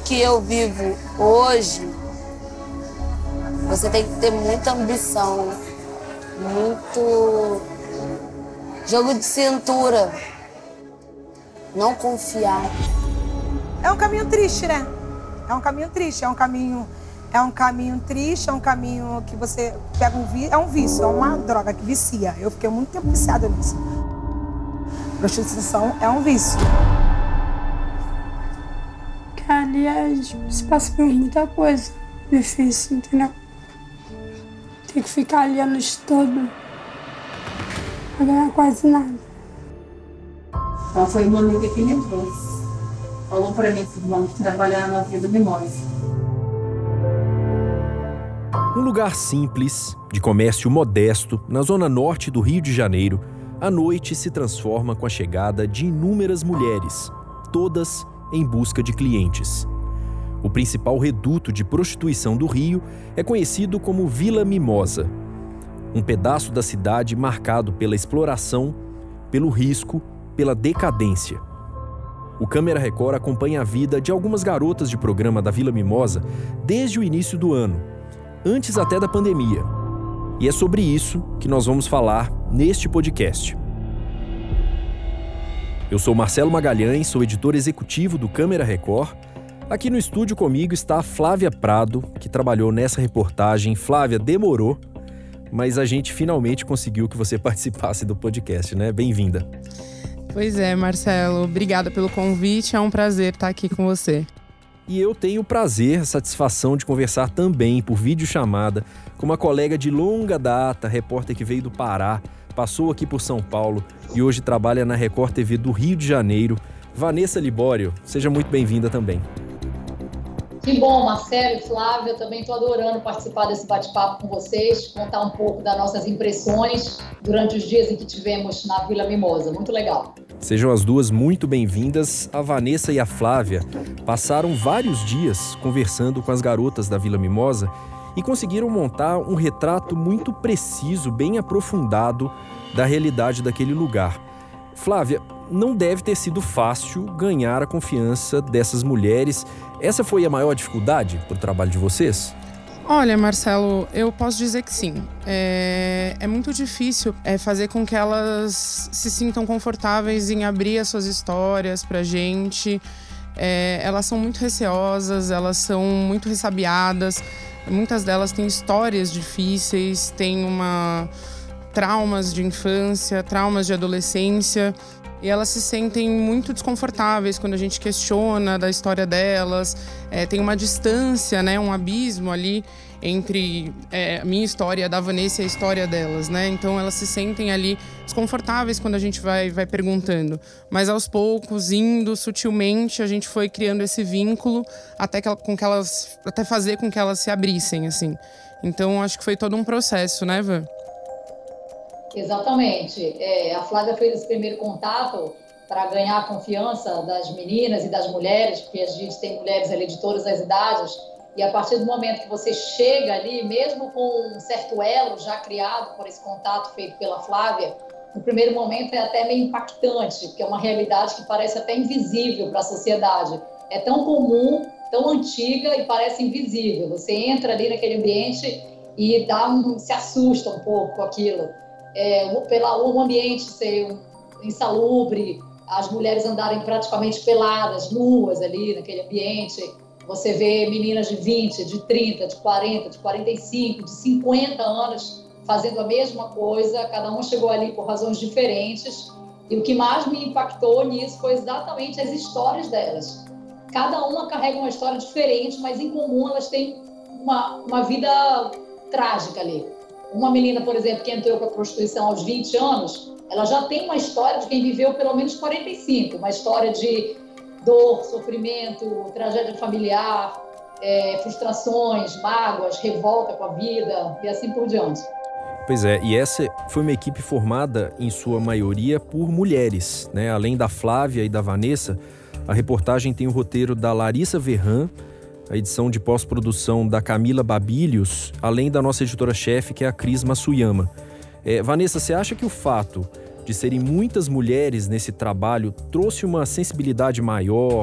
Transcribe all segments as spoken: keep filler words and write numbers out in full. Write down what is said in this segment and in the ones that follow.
que eu vivo hoje, você tem que ter muita ambição, muito jogo de cintura, não confiar. É um caminho triste, né? É um caminho triste, é um caminho, é um caminho triste, é um caminho que você pega um vício, é um vício, é uma droga que vicia. Eu fiquei muito tempo viciada nisso. Prostituição é um vício. Ali a gente passa por muita coisa difícil, entendeu? Tem que ficar ali anos todo pra ganhar quase nada. Então foi uma amiga que me trouxe. Falou pra mim que vamos trabalhar na Vila Mimosa. Um lugar simples, de comércio modesto, na zona norte do Rio de Janeiro, a noite se transforma com a chegada de inúmeras mulheres, todas em busca de clientes. O principal reduto de prostituição do Rio é conhecido como Vila Mimosa, um pedaço da cidade marcado pela exploração, pelo risco, pela decadência. O Câmera Record acompanha a vida de algumas garotas de programa da Vila Mimosa desde o início do ano, antes até da pandemia. E é sobre isso que nós vamos falar neste podcast. Eu sou Marcelo Magalhães, sou editor executivo do Câmera Record. Aqui no estúdio comigo está a Flávia Prado, que trabalhou nessa reportagem. Flávia, demorou, mas a gente finalmente conseguiu que você participasse do podcast, né? Bem-vinda. Pois é, Marcelo. Obrigada pelo convite. É um prazer estar aqui com você. E eu tenho o prazer, a satisfação de conversar também por videochamada com uma colega de longa data, repórter que veio do Pará, passou aqui por São Paulo e hoje trabalha na Record T V do Rio de Janeiro. Vanessa Libório, seja muito bem-vinda também. Que bom, Marcelo e Flávia, eu também estou adorando participar desse bate-papo com vocês, contar um pouco das nossas impressões durante os dias em que tivemos na Vila Mimosa. Muito legal. Sejam as duas muito bem-vindas. A Vanessa e a Flávia passaram vários dias conversando com as garotas da Vila Mimosa e conseguiram montar um retrato muito preciso, bem aprofundado da realidade daquele lugar. Flávia, não deve ter sido fácil ganhar a confiança dessas mulheres. Essa foi a maior dificuldade para o trabalho de vocês? Olha, Marcelo, eu posso dizer que sim. É, é muito difícil é, fazer com que elas se sintam confortáveis em abrir as suas histórias pra gente. É, elas são muito receosas, elas são muito ressabiadas. Muitas delas têm histórias difíceis, têm uma... traumas de infância, traumas de adolescência. E elas se sentem muito desconfortáveis quando a gente questiona da história delas. É, tem uma distância, né, um abismo ali entre é, a minha história, a da Vanessa e a história delas, né? Então elas se sentem ali desconfortáveis quando a gente vai, vai perguntando. Mas aos poucos, indo sutilmente, a gente foi criando esse vínculo até, que, com que elas, até fazer com que elas se abrissem, assim. Então acho que foi todo um processo, né, Van? Exatamente. É, a Flávia fez esse primeiro contato para ganhar a confiança das meninas e das mulheres, porque a gente tem mulheres ali de todas as idades, e a partir do momento que você chega ali, mesmo com um certo elo já criado por esse contato feito pela Flávia, no primeiro momento é até meio impactante, porque é uma realidade que parece até invisível para a sociedade. É tão comum, tão antiga e parece invisível. Você entra ali naquele ambiente e dá um, se assusta um pouco com aquilo. É, pela, o ambiente ser insalubre, as mulheres andarem praticamente peladas, nuas ali naquele ambiente. Você vê meninas de vinte, de trinta, de quarenta, de quarenta e cinco, de cinquenta anos fazendo a mesma coisa, cada um chegou ali por razões diferentes. E o que mais me impactou nisso foi exatamente as histórias delas. Cada uma carrega uma história diferente, mas em comum elas têm uma, uma vida trágica ali. Uma menina, por exemplo, que entrou para a prostituição aos vinte anos, ela já tem uma história de quem viveu pelo menos quarenta e cinco, uma história de dor, sofrimento, tragédia familiar, é, frustrações, mágoas, revolta com a vida e assim por diante. Pois é, e essa foi uma equipe formada, em sua maioria, por mulheres, né? Além da Flávia e da Vanessa, a reportagem tem o roteiro da Larissa Verran, a edição de pós-produção da Camila Babilhos, além da nossa editora-chefe, que é a Cris Matsuyama. É, Vanessa, você acha que o fato de serem muitas mulheres nesse trabalho trouxe uma sensibilidade maior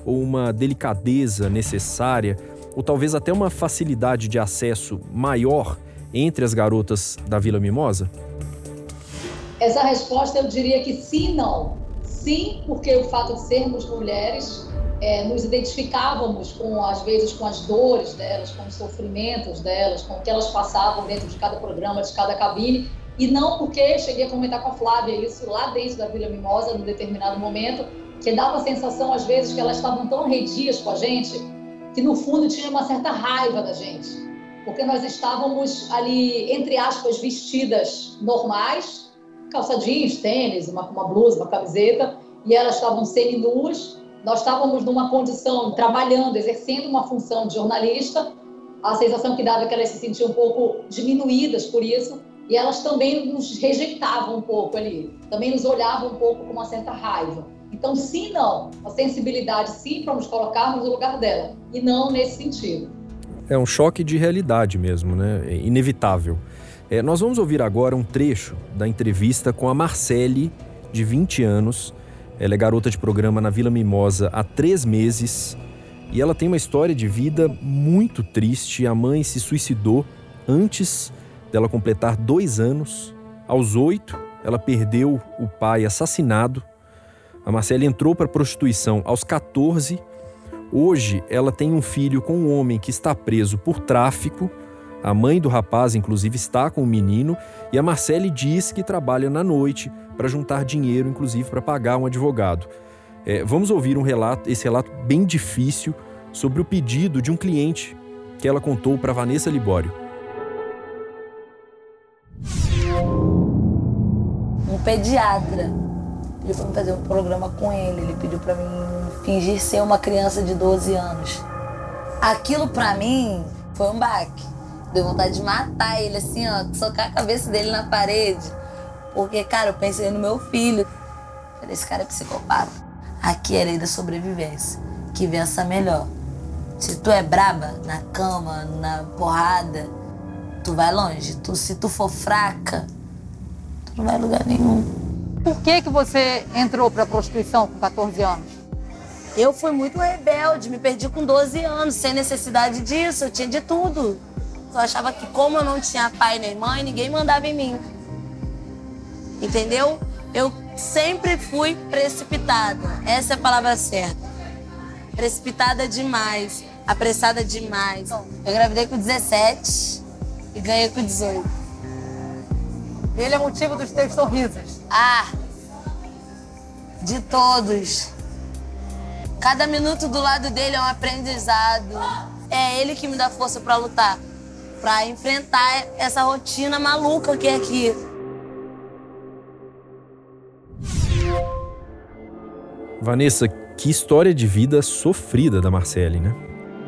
ou uma delicadeza necessária, ou talvez até uma facilidade de acesso maior entre as garotas da Vila Mimosa? Essa resposta eu diria que sim e não. Sim, porque o fato de sermos mulheres, é, nos identificávamos com, às vezes, com as dores delas, com os sofrimentos delas, com o que elas passavam dentro de cada programa, de cada cabine. E não porque, cheguei a comentar com a Flávia isso lá dentro da Vila Mimosa, num determinado momento, que dava a sensação, às vezes, que elas estavam tão arredias com a gente, que no fundo tinha uma certa raiva da gente. Porque nós estávamos ali, entre aspas, vestidas normais, calça jeans, tênis, uma, uma blusa, uma camiseta, e elas estavam semi-nuas. Nós estávamos numa condição, trabalhando, exercendo uma função de jornalista. A sensação que dava é que elas se sentiam um pouco diminuídas por isso, e elas também nos rejeitavam um pouco ali, também nos olhavam um pouco com uma certa raiva. Então, sim, não. A sensibilidade, sim, para nos colocarmos no lugar dela, e não nesse sentido. É um choque de realidade mesmo, né? É inevitável. É, nós vamos ouvir agora um trecho da entrevista com a Marcele, de vinte anos. Ela é garota de programa na Vila Mimosa há três meses e ela tem uma história de vida muito triste. A mãe se suicidou antes dela completar dois anos. Aos oito, ela perdeu o pai assassinado. A Marcele entrou para a prostituição aos quatorze. Hoje, ela tem um filho com um homem que está preso por tráfico. A mãe do rapaz, inclusive, está com o menino. E a Marcele diz que trabalha na noite para juntar dinheiro, inclusive, para pagar um advogado. É, vamos ouvir um relato, esse relato bem difícil sobre o pedido de um cliente que ela contou para Vanessa Libório. Um pediatra pediu para mim fazer um programa com ele. Ele pediu para mim fingir ser uma criança de doze anos. Aquilo para mim foi um baque. Deu vontade de matar ele, assim, ó, socar a cabeça dele na parede. Porque, cara, eu pensei no meu filho. Falei, esse cara é psicopata. Aqui é a lei da sobrevivência. Que vença melhor. Se tu é braba na cama, na porrada, tu vai longe. Tu, se tu for fraca, tu não vai a lugar nenhum. Por que que você entrou pra prostituição com quatorze anos? Eu fui muito rebelde, me perdi com doze anos, sem necessidade disso, eu tinha de tudo. Eu achava que como eu não tinha pai nem mãe, ninguém mandava em mim. Entendeu? Eu sempre fui precipitada. Essa é a palavra certa. Precipitada demais, apressada demais. Eu engravidei com dezessete e ganhei com dezoito. Ele é motivo dos teus sorrisos. Ah, de todos. Cada minuto do lado dele é um aprendizado. É ele que me dá força pra lutar, pra enfrentar essa rotina maluca que é aqui. Vanessa, que história de vida sofrida da Marcele, né?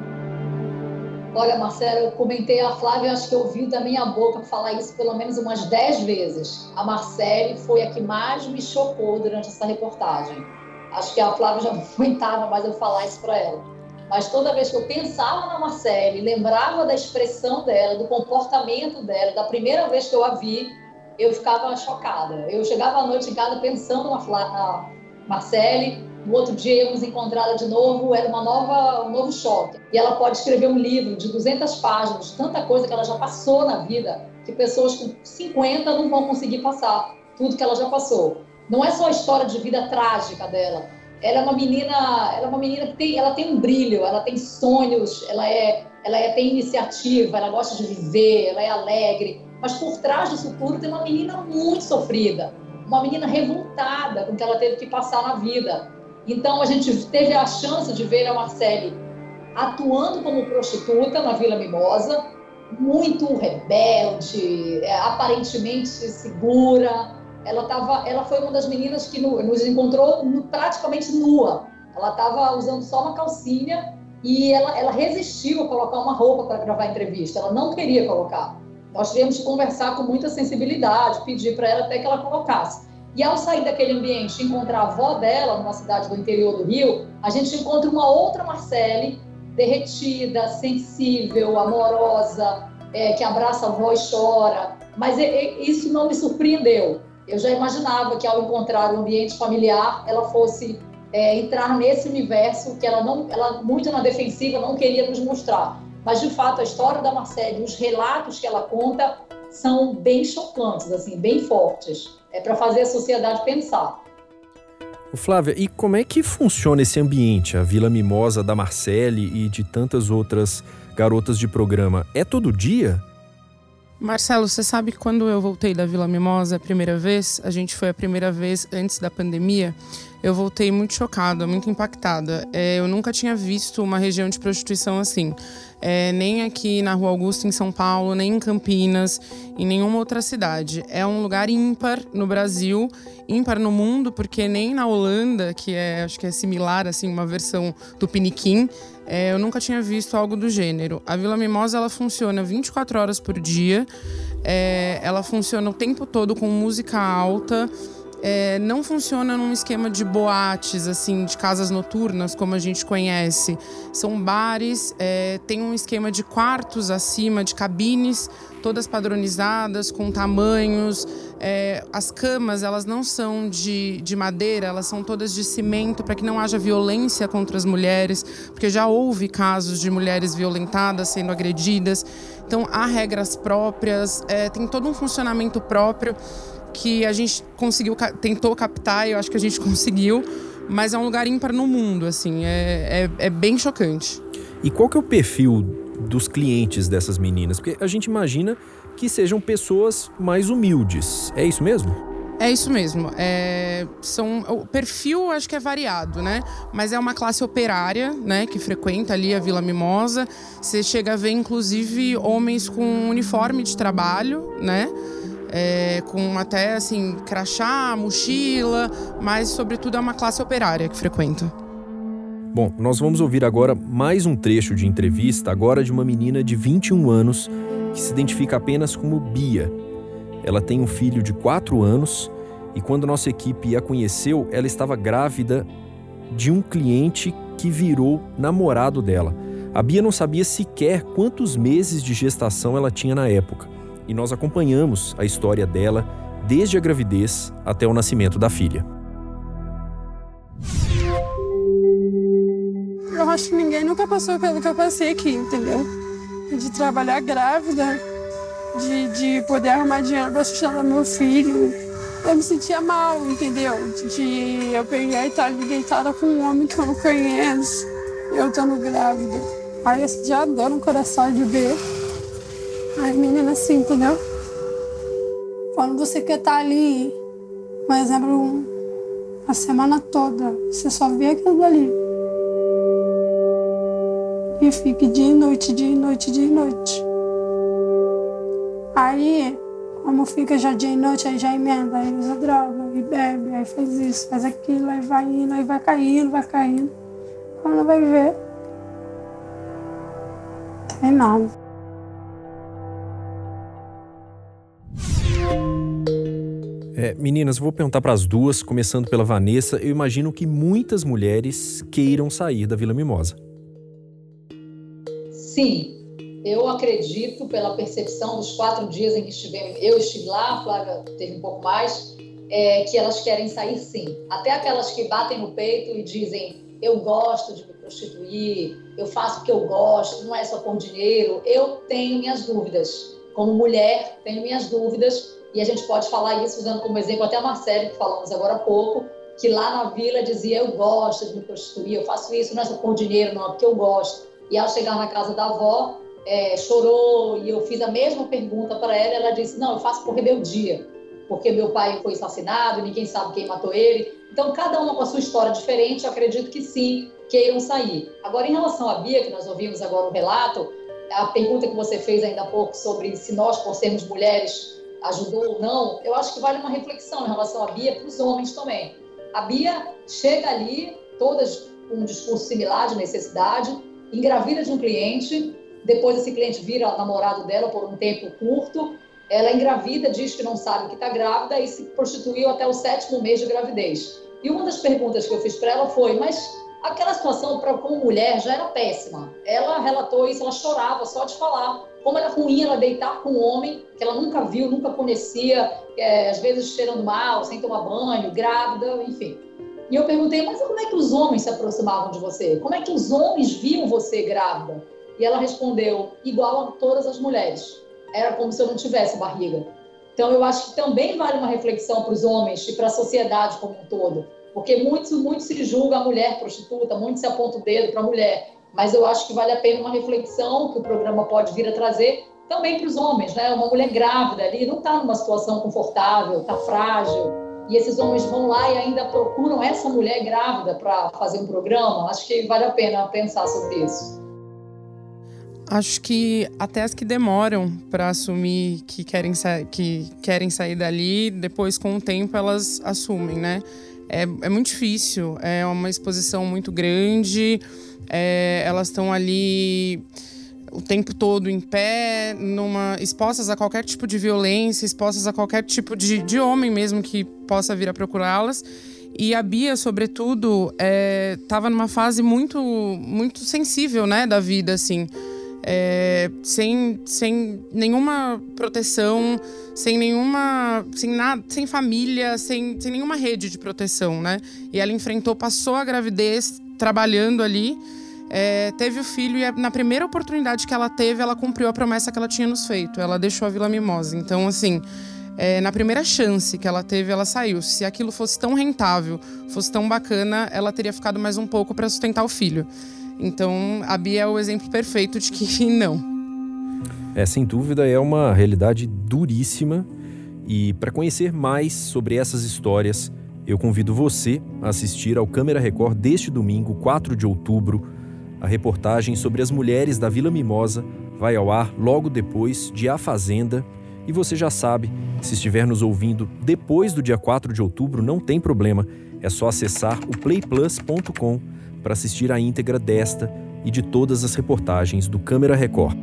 Olha, Marcelo, eu comentei a Flávia, acho que eu ouvi da minha boca falar isso pelo menos umas dez vezes. A Marcele foi a que mais me chocou durante essa reportagem. Acho que a Flávia já não aguentava mais eu falar isso para ela. Mas toda vez que eu pensava na Marcele, lembrava da expressão dela, do comportamento dela, da primeira vez que eu a vi, eu ficava chocada. Eu chegava à noite em casa pensando na, Flá, na Marcele. No outro dia íamos encontrá-la de novo, era uma nova, um novo choque. E ela pode escrever um livro de duzentas páginas, tanta coisa que ela já passou na vida, que pessoas com cinquenta não vão conseguir passar tudo que ela já passou. Não é só a história de vida trágica dela. Ela é uma menina, ela é uma menina que tem, ela tem um brilho, ela tem sonhos, ela, é, ela é, tem iniciativa, ela gosta de viver, ela é alegre. Mas por trás disso tudo tem uma menina muito sofrida, uma menina revoltada com o que ela teve que passar na vida. Então, a gente teve a chance de ver a Marcele atuando como prostituta na Vila Mimosa, muito rebelde, é, aparentemente segura. Ela, tava, ela foi uma das meninas que no, nos encontrou no, praticamente nua. Ela estava usando só uma calcinha e ela, ela resistiu a colocar uma roupa para gravar a entrevista. Ela não queria colocar. Nós tivemos que conversar com muita sensibilidade, pedir para ela até que ela colocasse. E ao sair daquele ambiente e encontrar a avó dela, numa cidade do interior do Rio, a gente encontra uma outra Marcele, derretida, sensível, amorosa, é, que abraça a avó e chora. Mas e, e, isso não me surpreendeu. Eu já imaginava que ao encontrar o ambiente familiar, ela fosse é, entrar nesse universo que ela, não, ela, muito na defensiva, não queria nos mostrar. Mas, de fato, a história da Marcele, os relatos que ela conta são bem chocantes, assim, bem fortes. É para fazer a sociedade pensar. Flávia, e como é que funciona esse ambiente, a Vila Mimosa da Marcele e de tantas outras garotas de programa? É todo dia? Marcelo, você sabe que quando eu voltei da Vila Mimosa a primeira vez, a gente foi a primeira vez antes da pandemia, eu voltei muito chocada, muito impactada. É, eu nunca tinha visto uma região de prostituição assim. É, nem aqui na Rua Augusta, em São Paulo, nem em Campinas, em nenhuma outra cidade. É um lugar ímpar no Brasil, ímpar no mundo, porque nem na Holanda, que é, acho que é similar, assim, uma versão do Piniquim, é, eu nunca tinha visto algo do gênero. A Vila Mimosa, ela funciona vinte e quatro horas por dia, é, ela funciona o tempo todo com música alta. É, não funciona num esquema de boates, assim, de casas noturnas, como a gente conhece. São bares, é, tem um esquema de quartos acima, de cabines, todas padronizadas, com tamanhos. É, as camas, elas não são de, de madeira, elas são todas de cimento, para que não haja violência contra as mulheres, porque já houve casos de mulheres violentadas, sendo agredidas. Então, há regras próprias, é, tem todo um funcionamento próprio que a gente conseguiu, tentou captar, e eu acho que a gente conseguiu, mas é um lugar ímpar no mundo, assim, é, é, é bem chocante. E qual que é o perfil dos clientes dessas meninas? Porque a gente imagina que sejam pessoas mais humildes, é isso mesmo? É isso mesmo, é, são, o perfil acho que é variado, né? Mas é uma classe operária, né, que frequenta ali a Vila Mimosa. Você chega a ver, inclusive, homens com uniforme de trabalho, né? É, com até, assim, crachá, mochila, mas, sobretudo, é uma classe operária que frequenta. Bom, nós vamos ouvir agora mais um trecho de entrevista, agora de uma menina de vinte e um anos, que se identifica apenas como Bia. Ela tem um filho de quatro anos e, quando nossa equipe a conheceu, ela estava grávida de um cliente que virou namorado dela. A Bia não sabia sequer quantos meses de gestação ela tinha na época. E nós acompanhamos a história dela desde a gravidez até o nascimento da filha. Eu acho que ninguém nunca passou pelo que eu passei aqui, entendeu? De trabalhar grávida, de, de poder arrumar dinheiro para sustentar meu filho. Eu me sentia mal, entendeu? De eu pegar e estar ali deitada com um homem que eu não conheço, eu estando grávida. Aí esse dia dor no coração de ver as meninas assim, entendeu? Quando você quer estar ali, por exemplo, a semana toda, você só vê aquilo dali. E fica dia e noite, dia e noite, dia e noite. Aí, como fica já dia e noite, aí já emenda, aí usa droga, e bebe, aí faz isso, faz aquilo, aí vai indo, aí vai caindo, vai caindo. Quando vai ver, não tem nada. É, meninas, vou perguntar para as duas, começando pela Vanessa. Eu imagino que muitas mulheres queiram sair da Vila Mimosa. Sim, eu acredito, pela percepção dos quatro dias em que estivemos, eu estive lá, a Flávia teve um pouco mais, é, que elas querem sair sim. Até aquelas que batem no peito e dizem, eu gosto de me prostituir, eu faço porque eu gosto, não é só por dinheiro. Eu tenho minhas dúvidas. Como mulher, tenho minhas dúvidas. E a gente pode falar isso usando como exemplo até a Marcele, que falamos agora há pouco, que lá na vila dizia, eu gosto de me prostituir, eu faço isso não é só por dinheiro, não, é porque eu gosto. E ao chegar na casa da avó, é, chorou, e eu fiz a mesma pergunta para ela, ela disse, não, eu faço por rebeldia, porque meu pai foi assassinado, ninguém sabe quem matou ele. Então, cada uma com a sua história diferente, eu acredito que sim, queiram sair. Agora, em relação à Bia, que nós ouvimos agora o relato, a pergunta que você fez ainda há pouco sobre se nós, por sermos mulheres, ajudou ou não, eu acho que vale uma reflexão em relação à Bia para os homens também. A Bia chega ali, todas com um discurso similar de necessidade, engravida de um cliente, depois esse cliente vira namorado dela por um tempo curto, ela engravida, diz que não sabe que está grávida e se prostituiu até o sétimo mês de gravidez. E uma das perguntas que eu fiz para ela foi, mas aquela situação pra, como mulher já era péssima. Ela relatou isso, ela chorava só de falar. Como era ruim ela deitar com um homem que ela nunca viu, nunca conhecia, é, às vezes cheirando mal, sem tomar banho, grávida, enfim. E eu perguntei, mas como é que os homens se aproximavam de você? Como é que os homens viam você grávida? E ela respondeu, igual a todas as mulheres. Era como se eu não tivesse barriga. Então, eu acho que também vale uma reflexão para os homens e para a sociedade como um todo. Porque muito, muito se julga a mulher prostituta, muito se aponta o dedo para a mulher. Mas eu acho que vale a pena uma reflexão que o programa pode vir a trazer também para os homens, né? Uma mulher grávida ali não está numa situação confortável, está frágil. E esses homens vão lá e ainda procuram essa mulher grávida para fazer um programa. Acho que vale a pena pensar sobre isso. Acho que até as que demoram para assumir que querem, sa- que querem sair dali, depois com o tempo elas assumem, né? É, é muito difícil, é uma exposição muito grande, é, elas estão ali o tempo todo em pé, numa, expostas a qualquer tipo de violência, expostas a qualquer tipo de, de homem mesmo que possa vir a procurá-las. E a Bia, sobretudo, estava é, numa fase muito, muito sensível, né, da vida, assim. É, sem, sem nenhuma proteção, sem nenhuma, sem nada, sem família, sem, sem nenhuma rede de proteção, né? E ela enfrentou, passou a gravidez trabalhando ali, é, teve o filho e na primeira oportunidade que ela teve, ela cumpriu a promessa que ela tinha nos feito. Ela deixou a Vila Mimosa. Então, assim, é, na primeira chance que ela teve, ela saiu. Se aquilo fosse tão rentável, fosse tão bacana, ela teria ficado mais um pouco para sustentar o filho. Então, a Bia é o exemplo perfeito de que não. É, sem dúvida, é uma realidade duríssima. E para conhecer mais sobre essas histórias, eu convido você a assistir ao Câmera Record deste domingo, quatro de outubro. A reportagem sobre as mulheres da Vila Mimosa vai ao ar logo depois de A Fazenda. E você já sabe, se estiver nos ouvindo depois do dia quatro de outubro, não tem problema. É só acessar o play plus ponto com para assistir a íntegra desta e de todas as reportagens do Câmera Record.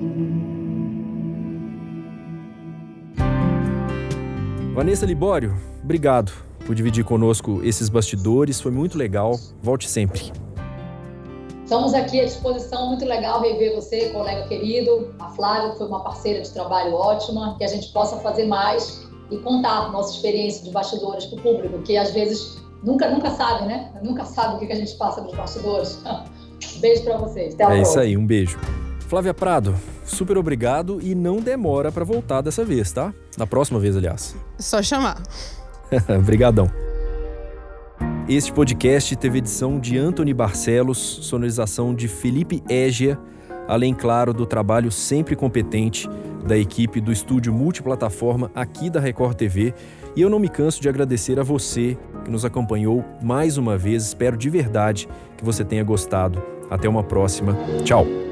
Vanessa Libório, obrigado por dividir conosco esses bastidores, foi muito legal. Volte sempre. Estamos aqui à disposição, muito legal rever você, colega querido, a Flávia, que foi uma parceira de trabalho ótima, que a gente possa fazer mais e contar nossa experiência de bastidores para o público, que às vezes nunca, nunca sabe, né? Nunca sabe o que a gente passa nos bastidores. Beijo para vocês, até a É próxima. isso aí, um beijo. Flávia Prado, super obrigado e não demora para voltar dessa vez, tá? Na próxima vez, aliás. Só chamar. Obrigadão. Este podcast teve edição de Anthony Barcelos, sonorização de Felipe Égia, além, claro, do trabalho sempre competente da equipe do estúdio multiplataforma aqui da Record T V. E eu não me canso de agradecer a você que nos acompanhou mais uma vez. Espero de verdade que você tenha gostado. Até uma próxima. Tchau.